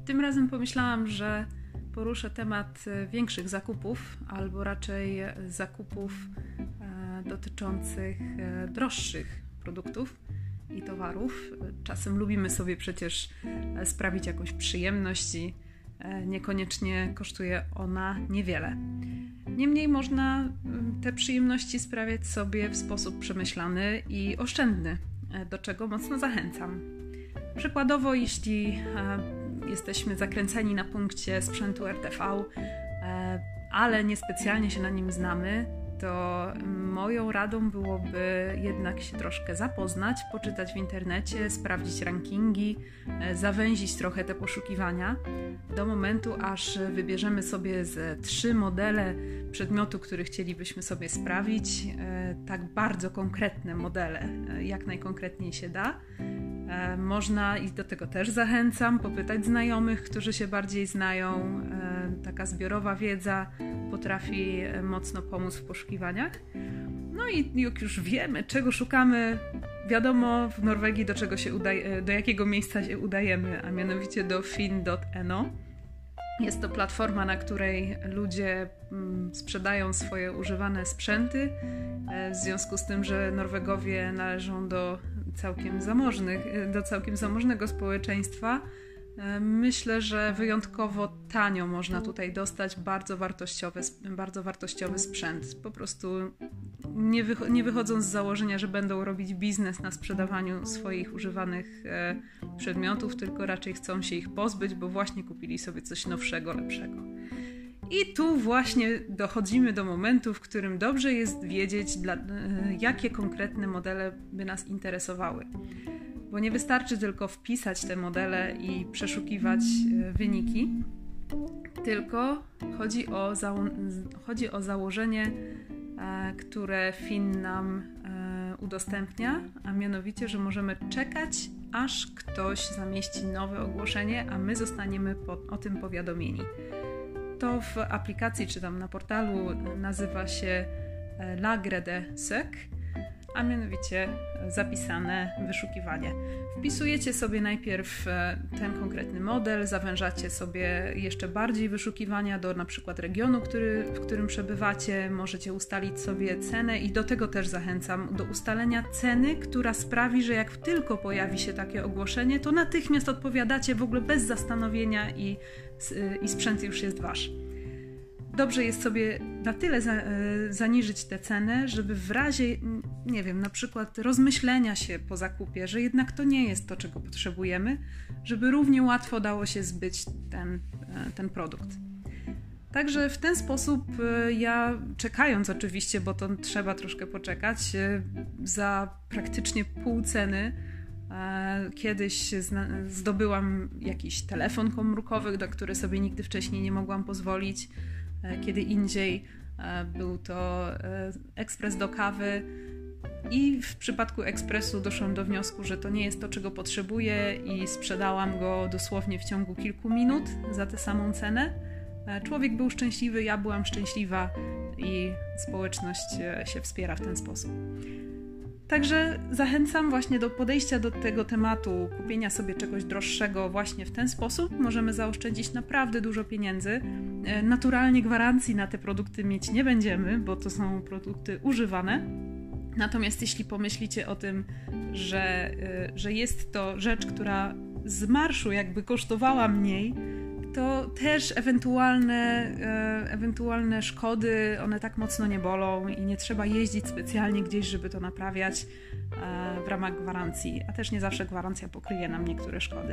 Tym razem pomyślałam, że poruszę temat większych zakupów, albo raczej zakupów dotyczących droższych produktów i towarów. Czasem lubimy sobie przecież sprawić jakąś przyjemność i niekoniecznie kosztuje ona niewiele. Niemniej można te przyjemności sprawiać sobie w sposób przemyślany i oszczędny, do czego mocno zachęcam. Przykładowo, jeśli jesteśmy zakręceni na punkcie sprzętu RTV, ale niespecjalnie się na nim znamy, to moją radą byłoby jednak się troszkę zapoznać, poczytać w internecie, sprawdzić rankingi, zawęzić trochę te poszukiwania do momentu, aż wybierzemy sobie z 3 modele przedmiotu, który chcielibyśmy sobie sprawić, tak bardzo konkretne modele, jak najkonkretniej się da. Można, i do tego też zachęcam, popytać znajomych, którzy się bardziej znają. Taka zbiorowa wiedza potrafi mocno pomóc w poszukiwaniach. No i jak już wiemy, czego szukamy, wiadomo w Norwegii do jakiego miejsca się udajemy, a mianowicie do finn.no. Jest to platforma, na której ludzie sprzedają swoje używane sprzęty. W związku z tym, że Norwegowie należą do całkiem zamożnego społeczeństwa, myślę, że wyjątkowo tanio można tutaj dostać bardzo wartościowy sprzęt. Po prostu nie wychodząc z założenia, że będą robić biznes na sprzedawaniu swoich używanych przedmiotów, tylko raczej chcą się ich pozbyć, bo właśnie kupili sobie coś nowszego, lepszego. I tu właśnie dochodzimy do momentu, w którym dobrze jest wiedzieć, jakie konkretne modele by nas interesowały. Bo nie wystarczy tylko wpisać te modele i przeszukiwać wyniki, tylko chodzi o założenie, które Finn nam udostępnia, a mianowicie, że możemy czekać, aż ktoś zamieści nowe ogłoszenie, a my zostaniemy o tym powiadomieni. To w aplikacji czy tam na portalu nazywa się Lagrede Sök, a mianowicie zapisane wyszukiwanie. Wpisujecie sobie najpierw ten konkretny model, zawężacie sobie jeszcze bardziej wyszukiwania do na przykład regionu, w którym przebywacie. Możecie ustalić sobie cenę i do tego też zachęcam, do ustalenia ceny, która sprawi, że jak tylko pojawi się takie ogłoszenie, to natychmiast odpowiadacie w ogóle bez zastanowienia i sprzęt już jest wasz. Dobrze jest sobie na tyle zaniżyć tę cenę, żeby w razie, nie wiem, na przykład rozmyślenia się po zakupie, że jednak to nie jest to, czego potrzebujemy, żeby równie łatwo dało się zbyć ten produkt. Także w ten sposób ja, czekając oczywiście, bo to trzeba troszkę poczekać, za praktycznie pół ceny kiedyś zdobyłam jakiś telefon komórkowy, na który sobie nigdy wcześniej nie mogłam pozwolić. Kiedy indziej był to ekspres do kawy i w przypadku ekspresu doszłam do wniosku, że to nie jest to, czego potrzebuję i sprzedałam go dosłownie w ciągu kilku minut za tę samą cenę. Człowiek był szczęśliwy, ja byłam szczęśliwa i społeczność się wspiera w ten sposób. Także zachęcam właśnie do podejścia do tego tematu kupienia sobie czegoś droższego właśnie w ten sposób. Możemy zaoszczędzić naprawdę dużo pieniędzy. Naturalnie gwarancji na te produkty mieć nie będziemy, bo to są produkty używane. Natomiast jeśli pomyślicie o tym, że jest to rzecz, która z marszu jakby kosztowała mniej, to też ewentualne szkody, one tak mocno nie bolą i nie trzeba jeździć specjalnie gdzieś, żeby to naprawiać w ramach gwarancji, a też nie zawsze gwarancja pokryje nam niektóre szkody.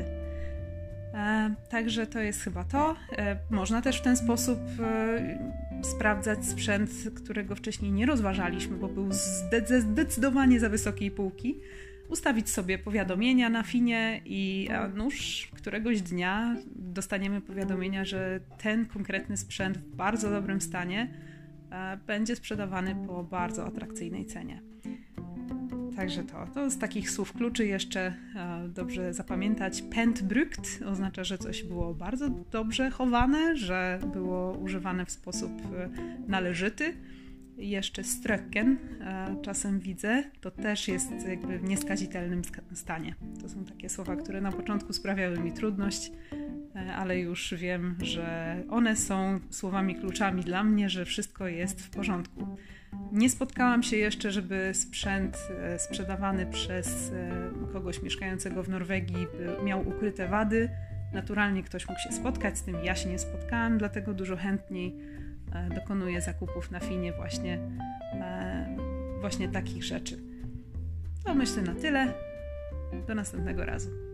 Także to jest chyba to. Można też w ten sposób sprawdzać sprzęt, którego wcześniej nie rozważaliśmy, bo był zdecydowanie za wysokiej półki. Ustawić sobie powiadomienia na Finie i nuż któregoś dnia dostaniemy powiadomienia, że ten konkretny sprzęt w bardzo dobrym stanie będzie sprzedawany po bardzo atrakcyjnej cenie. Także to z takich słów kluczy jeszcze dobrze zapamiętać. Pentbrukt oznacza, że coś było bardzo dobrze chowane, że było używane w sposób należyty. Jeszcze ströcken czasem widzę, to też jest jakby w nieskazitelnym stanie. To są takie słowa, które na początku sprawiały mi trudność, ale już wiem, że one są słowami kluczami dla mnie, że wszystko jest w porządku. Nie spotkałam się jeszcze, żeby sprzęt sprzedawany przez kogoś mieszkającego w Norwegii miał ukryte wady. Naturalnie ktoś mógł się spotkać z tym, ja się nie spotkałam, dlatego dużo chętniej dokonuję zakupów na Finie właśnie takich rzeczy. To myślę na tyle. Do następnego razu.